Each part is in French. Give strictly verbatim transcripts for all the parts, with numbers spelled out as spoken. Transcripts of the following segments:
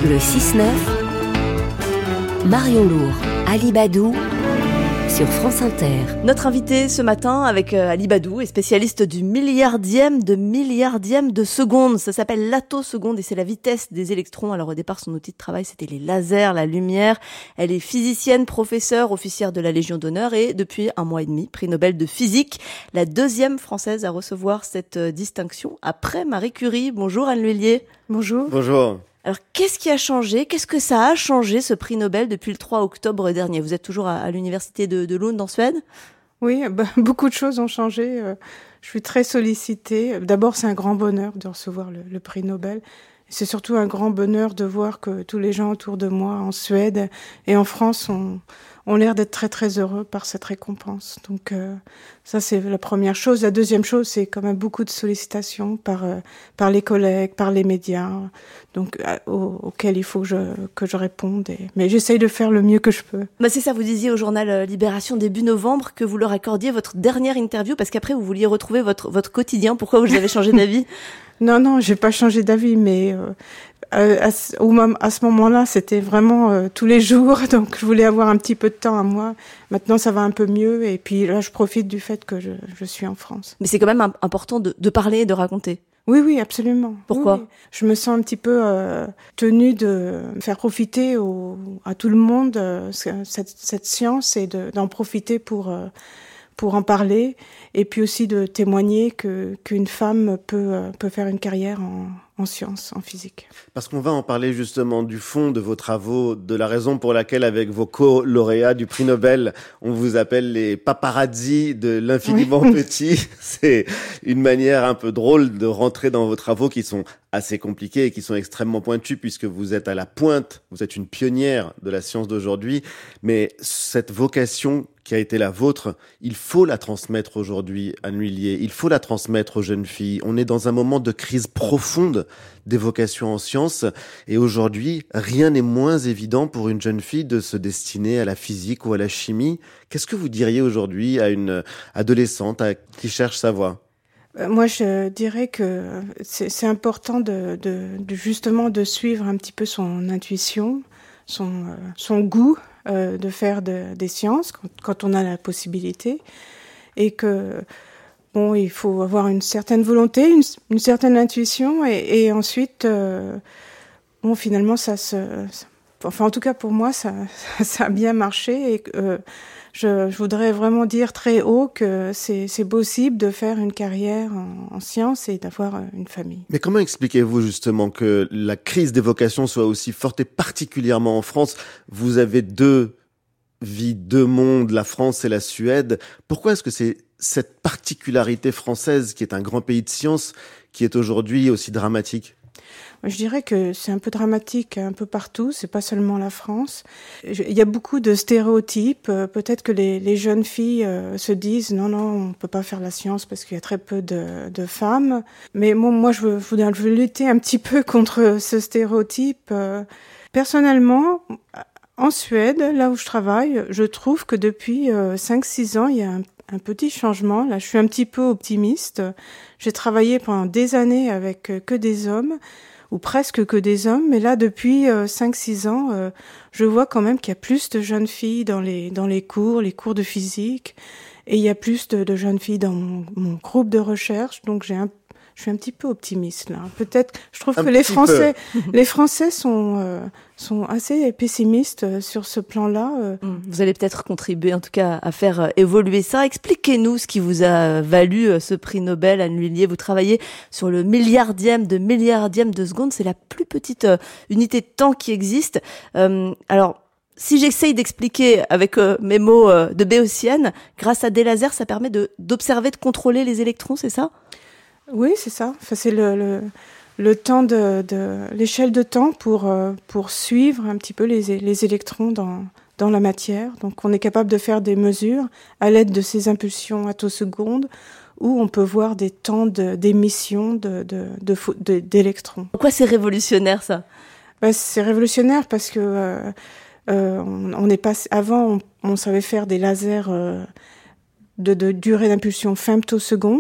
Le six neuf, Marion Lourd, Ali Badou, sur France Inter. Notre invité ce matin avec euh, Ali Badou est spécialiste du milliardième de milliardième de seconde. Ça s'appelle l'attoseconde et c'est la vitesse des électrons. Alors au départ, son outil de travail, c'était les lasers, la lumière. Elle est physicienne, professeure, officière de la Légion d'honneur et depuis un mois et demi, prix Nobel de physique. La deuxième française à recevoir cette euh, distinction après Marie Curie. Bonjour Anne L'Huillier. Bonjour. Bonjour. Alors, qu'est-ce qui a changé ? Qu'est-ce que ça a changé, ce prix Nobel, depuis le trois octobre dernier ? Vous êtes toujours à, à l'université de, de Lund, en Suède ? Oui, bah, beaucoup de choses ont changé. Euh, je suis très sollicitée. D'abord, c'est un grand bonheur de recevoir le, le prix Nobel. C'est surtout un grand bonheur de voir que tous les gens autour de moi, en Suède et en France, ont, ont l'air d'être très, très heureux par cette récompense. Donc, euh, ça, c'est la première chose. La deuxième chose, c'est quand même beaucoup de sollicitations par, euh, par les collègues, par les médias, donc, euh, au, auxquels il faut que je, que je réponde. Et, mais j'essaye de faire le mieux que je peux. Bah c'est ça, vous disiez au journal Libération début novembre que vous leur accordiez votre dernière interview parce qu'après, vous vouliez retrouver votre, votre quotidien. Pourquoi vous avez changé d'avis ? Non, non, j'ai pas changé d'avis, mais euh, à, à, au, à ce moment-là, c'était vraiment euh, tous les jours, donc je voulais avoir un petit peu de temps à moi. Maintenant, ça va un peu mieux, et puis là, je profite du fait que je, je suis en France. Mais c'est quand même important de, de parler et de raconter. Oui, oui, absolument. Pourquoi ? Oui, oui. Je me sens un petit peu euh, tenue de faire profiter au, à tout le monde euh, cette, cette science et de, d'en profiter pour... Euh, pour en parler, et puis aussi de témoigner que qu'une femme peut peut faire une carrière en, en sciences, en physique. Parce qu'on va en parler justement du fond de vos travaux, de la raison pour laquelle avec vos co-lauréats du prix Nobel, on vous appelle les paparazzi de l'infiniment oui. petit. C'est une manière un peu drôle de rentrer dans vos travaux qui sont assez compliqués et qui sont extrêmement pointus puisque vous êtes à la pointe, vous êtes une pionnière de la science d'aujourd'hui, mais cette vocation qui a été la vôtre, il faut la transmettre aujourd'hui, Anne L'Huillier, il faut la transmettre aux jeunes filles. On est dans un moment de crise profonde des vocations en sciences et aujourd'hui, rien n'est moins évident pour une jeune fille de se destiner à la physique ou à la chimie. Qu'est-ce que vous diriez aujourd'hui à une adolescente à, qui cherche sa voie ? Moi, je dirais que c'est, c'est important de, de, de justement de suivre un petit peu son intuition, son, euh, son goût euh, de faire de, des sciences quand, quand on a la possibilité, et que bon, il faut avoir une certaine volonté, une, une certaine intuition, et, et ensuite, euh, bon, finalement, ça se, enfin, en tout cas pour moi, ça, ça a bien marché, et euh, Je, je voudrais vraiment dire très haut que c'est, c'est possible de faire une carrière en, en sciences et d'avoir une famille. Mais comment expliquez-vous justement que la crise des vocations soit aussi forte et particulièrement en France ? Vous avez deux vies, deux mondes, la France et la Suède. Pourquoi est-ce que c'est cette particularité française, qui est un grand pays de sciences, qui est aujourd'hui aussi dramatique ? Je dirais que c'est un peu dramatique un peu partout, c'est pas seulement la France. Il y a beaucoup de stéréotypes. Peut-être que les, les jeunes filles euh, se disent non, non, on peut pas faire la science parce qu'il y a très peu de, de femmes. Mais moi, moi je, veux, je veux lutter un petit peu contre ce stéréotype. Personnellement, en Suède, là où je travaille, je trouve que depuis euh, cinq six ans, il y a un un petit changement. Là, je suis un petit peu optimiste. J'ai travaillé pendant des années avec que des hommes, ou presque que des hommes, mais là, depuis euh, cinq six ans, euh, je vois quand même qu'il y a plus de jeunes filles dans les dans les cours, les cours de physique, et il y a plus de, de jeunes filles dans mon, mon groupe de recherche, donc j'ai un je suis un petit peu optimiste là. Peut-être, je trouve un que les Français, peu. les Français sont euh, sont assez pessimistes sur ce plan-là. Vous allez peut-être contribuer, en tout cas, à faire évoluer ça. Expliquez-nous ce qui vous a valu ce prix Nobel, Anne L'Huillier. Vous travaillez sur le milliardième de milliardième de seconde. C'est la plus petite euh, unité de temps qui existe. Euh, alors. Si j'essaye d'expliquer avec euh, mes mots euh, de béotienne, grâce à des lasers, ça permet de d'observer, de contrôler les électrons, c'est ça ? Oui, c'est ça. Enfin, c'est le, le, le temps de, de l'échelle de temps pour euh, pour suivre un petit peu les les électrons dans dans la matière. Donc, on est capable de faire des mesures à l'aide de ces impulsions attosecondes, où on peut voir des temps de, d'émission de de, de de d'électrons. Pourquoi c'est révolutionnaire ça ? Ben, c'est révolutionnaire parce que euh, euh, on, on est pas avant on, on savait faire des lasers euh, de, de durée d'impulsion femtoseconde.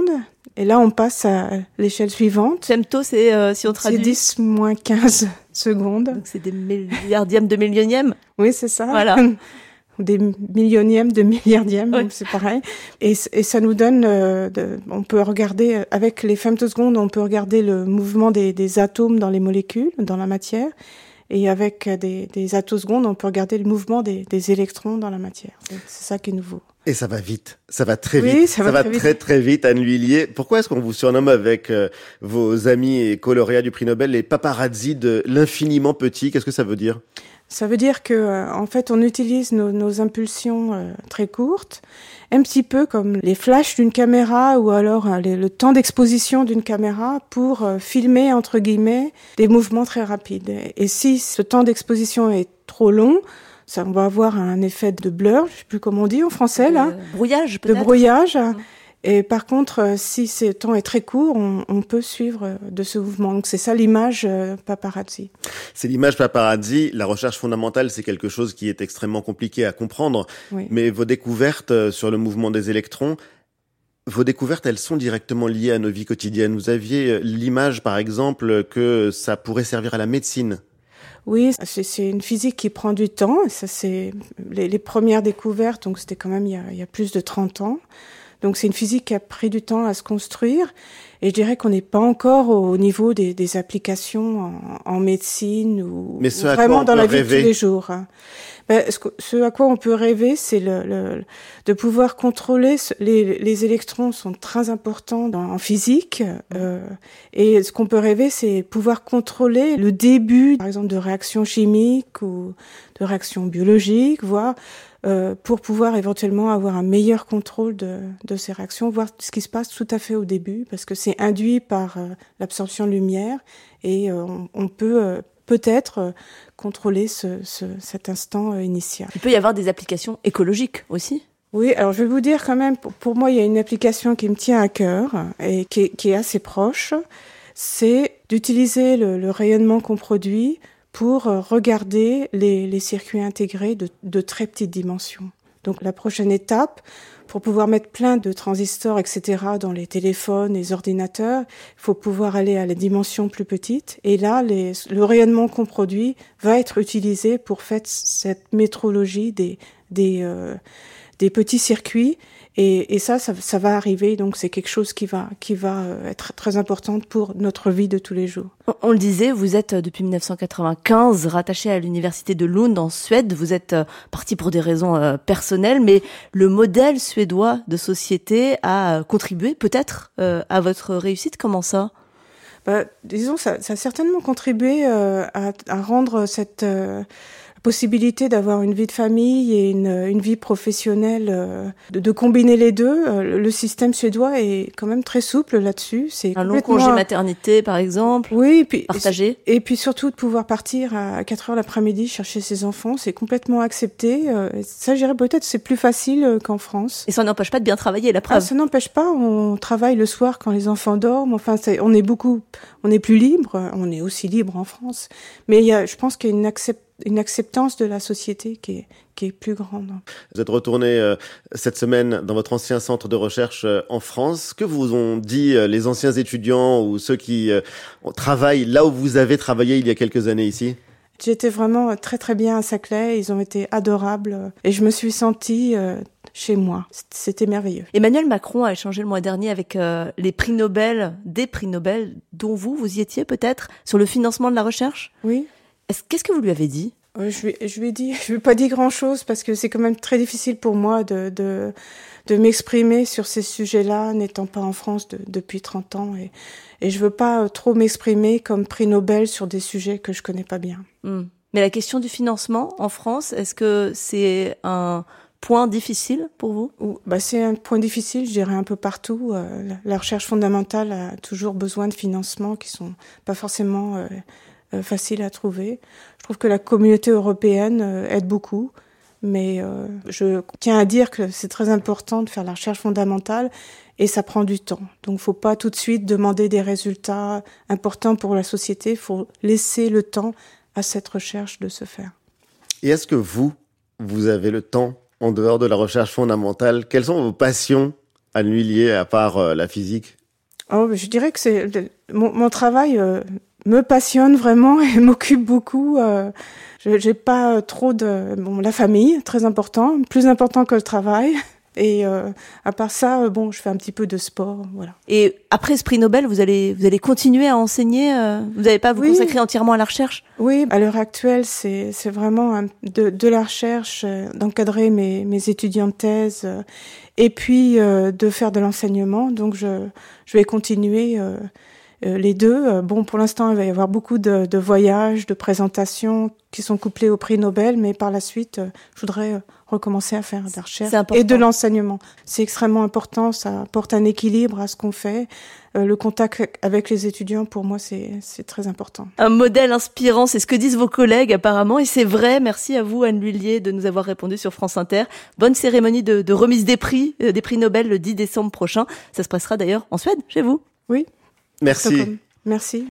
Et là, on passe à l'échelle suivante. Femto, c'est, euh, si on traduit... C'est dix moins quinze secondes. Donc c'est des milliardièmes de millionièmes. Oui, c'est ça. Voilà. Des millionièmes de milliardièmes, Oui. donc c'est pareil. Et, et ça nous donne, euh, de, on peut regarder, avec les femtosecondes, on peut regarder le mouvement des, des atomes dans les molécules, dans la matière. Et avec des, des attosecondes, on peut regarder le mouvement des, des électrons dans la matière. C'est ça qui est nouveau. Et ça va vite, ça va très oui, vite, ça, ça va, va très, très vite. très vite. Anne L'Huillier, pourquoi est-ce qu'on vous surnomme avec euh, vos amis et co-lauréats du prix Nobel les paparazzi de l'infiniment petit? Qu'est-ce que ça veut dire? Ça veut dire que, euh, en fait, on utilise nos, nos impulsions euh, très courtes, un petit peu comme les flashs d'une caméra ou alors euh, les, le temps d'exposition d'une caméra pour euh, filmer, entre guillemets, des mouvements très rapides. Et, et si ce temps d'exposition est trop long, ça, on va avoir un effet de blur, je sais plus comment on dit en français, de là. Brouillage, peut-être. De brouillage. Mmh. Et par contre, si ce temps est très court, on, on peut suivre de ce mouvement. Donc c'est ça l'image euh, paparazzi. C'est l'image paparazzi. La recherche fondamentale, c'est quelque chose qui est extrêmement compliqué à comprendre. Oui. Mais vos découvertes sur le mouvement des électrons, vos découvertes, elles sont directement liées à nos vies quotidiennes. Vous aviez l'image, par exemple, que ça pourrait servir à la médecine. Oui, c'est, c'est une physique qui prend du temps. Ça, c'est les, les premières découvertes, donc c'était quand même il y a, il y a plus de trente ans. Donc c'est une physique qui a pris du temps à se construire. Et je dirais qu'on n'est pas encore au niveau des, des applications en, en médecine ou, Mais ce ou à vraiment quoi on dans peut la vie rêver. de tous les jours. Ben, ce, ce à quoi on peut rêver, c'est le, le, de pouvoir contrôler. Ce, les, les électrons sont très importants dans, en physique. Euh, et ce qu'on peut rêver, c'est pouvoir contrôler le début, par exemple, de réactions chimiques ou de réactions biologiques, voire Euh, pour pouvoir éventuellement avoir un meilleur contrôle de, de ces réactions, voir ce qui se passe tout à fait au début, parce que c'est induit par euh, l'absorption de lumière et euh, on, on peut euh, peut-être euh, contrôler ce, ce, cet instant euh, initial. Il peut y avoir des applications écologiques aussi. Oui, alors je vais vous dire quand même, pour, pour moi, il y a une application qui me tient à cœur et qui est, qui est assez proche, c'est d'utiliser le, le rayonnement qu'on produit pour regarder les, les circuits intégrés de, de très petites dimensions. Donc la prochaine étape, pour pouvoir mettre plein de transistors, et cetera, dans les téléphones, les ordinateurs, il faut pouvoir aller à les dimensions plus petites. Et là, les, le rayonnement qu'on produit va être utilisé pour faire cette métrologie des, des, euh, des petits circuits. Et, et ça, ça, ça va arriver. Donc, c'est quelque chose qui va, qui va être très important pour notre vie de tous les jours. On, on le disait, vous êtes depuis dix-neuf cent quatre-vingt-quinze rattaché à l'université de Lund en Suède. Vous êtes euh, parti pour des raisons euh, personnelles, mais le modèle suédois de société a contribué peut-être euh, à votre réussite. Comment ça ? Bah, disons, ça, ça a certainement contribué euh, à, à rendre cette euh, possibilité d'avoir une vie de famille et une, une vie professionnelle, euh, de, de combiner les deux. Euh, le système suédois est quand même très souple là-dessus. C'est un long congé maternité, par exemple. Oui, et puis partagé. Et puis surtout de pouvoir partir à quatre heures l'après-midi chercher ses enfants, c'est complètement accepté. Euh, ça, je dirais peut-être c'est plus facile qu'en France. Et ça n'empêche pas de bien travailler, la preuve. Ah, ça n'empêche pas. On travaille le soir quand les enfants dorment. Enfin, c'est, on est beaucoup, on est plus libre. On est aussi libre en France. Mais il y a, je pense qu'il y a une acceptation une acceptance de la société qui est, qui est plus grande. Vous êtes retourné euh, cette semaine dans votre ancien centre de recherche euh, en France. Que vous ont dit euh, les anciens étudiants ou ceux qui euh, travaillent là où vous avez travaillé il y a quelques années ici ? J'étais vraiment très très bien à Saclay, ils ont été adorables et je me suis sentie euh, chez moi. C'était merveilleux. Emmanuel Macron a échangé le mois dernier avec euh, les prix Nobel, des prix Nobel dont vous, vous y étiez peut-être, sur le financement de la recherche ? Oui. Est-ce, qu'est-ce que vous lui avez dit ? euh, je, lui, je lui ai dit, je lui ai pas dit grand-chose parce que c'est quand même très difficile pour moi de, de, de m'exprimer sur ces sujets-là, n'étant pas en France de, depuis trente ans. Et, et je veux pas trop m'exprimer comme prix Nobel sur des sujets que je connais pas bien. Mmh. Mais la question du financement en France, est-ce que c'est un point difficile pour vous ? Ou, bah, c'est un point difficile, je dirais, un peu partout. Euh, la, la recherche fondamentale a toujours besoin de financements qui sont pas forcément euh, euh, faciles à trouver. Je trouve que la communauté européenne euh, aide beaucoup, mais euh, je tiens à dire que c'est très important de faire la recherche fondamentale et ça prend du temps. Donc, faut pas tout de suite demander des résultats importants pour la société. Il faut laisser le temps à cette recherche de se faire. Et est-ce que vous, vous avez le temps en dehors de la recherche fondamentale? Quelles sont vos passions, Anne L'Huillier, à part euh, la physique? Oh, je dirais que c'est mon, mon travail euh, me passionne vraiment et m'occupe beaucoup. Euh, je, j'ai pas trop de bon la famille, très important, plus important que le travail. Et euh, à part ça, bon, je fais un petit peu de sport, voilà. Et après ce prix Nobel, vous allez vous allez continuer à enseigner. Euh, vous n'allez pas vous oui. consacrer entièrement à la recherche? Oui, à l'heure actuelle, c'est c'est vraiment un, de de la recherche, euh, d'encadrer mes mes étudiants de thèse, euh, et puis euh, de faire de l'enseignement. Donc je je vais continuer euh, euh, les deux. Bon, pour l'instant, il va y avoir beaucoup de, de voyages, de présentations qui sont couplés au prix Nobel, mais par la suite, euh, je voudrais euh, recommencer à faire de la recherche et de l'enseignement. C'est extrêmement important, ça apporte un équilibre à ce qu'on fait. Euh, le contact avec les étudiants, pour moi, c'est, c'est très important. Un modèle inspirant, c'est ce que disent vos collègues apparemment, et c'est vrai. Merci à vous, Anne Lhuillier, de nous avoir répondu sur France Inter. Bonne cérémonie de, de remise des prix, euh, des prix Nobel le dix décembre prochain. Ça se passera d'ailleurs en Suède, chez vous. Oui. Merci. Merci.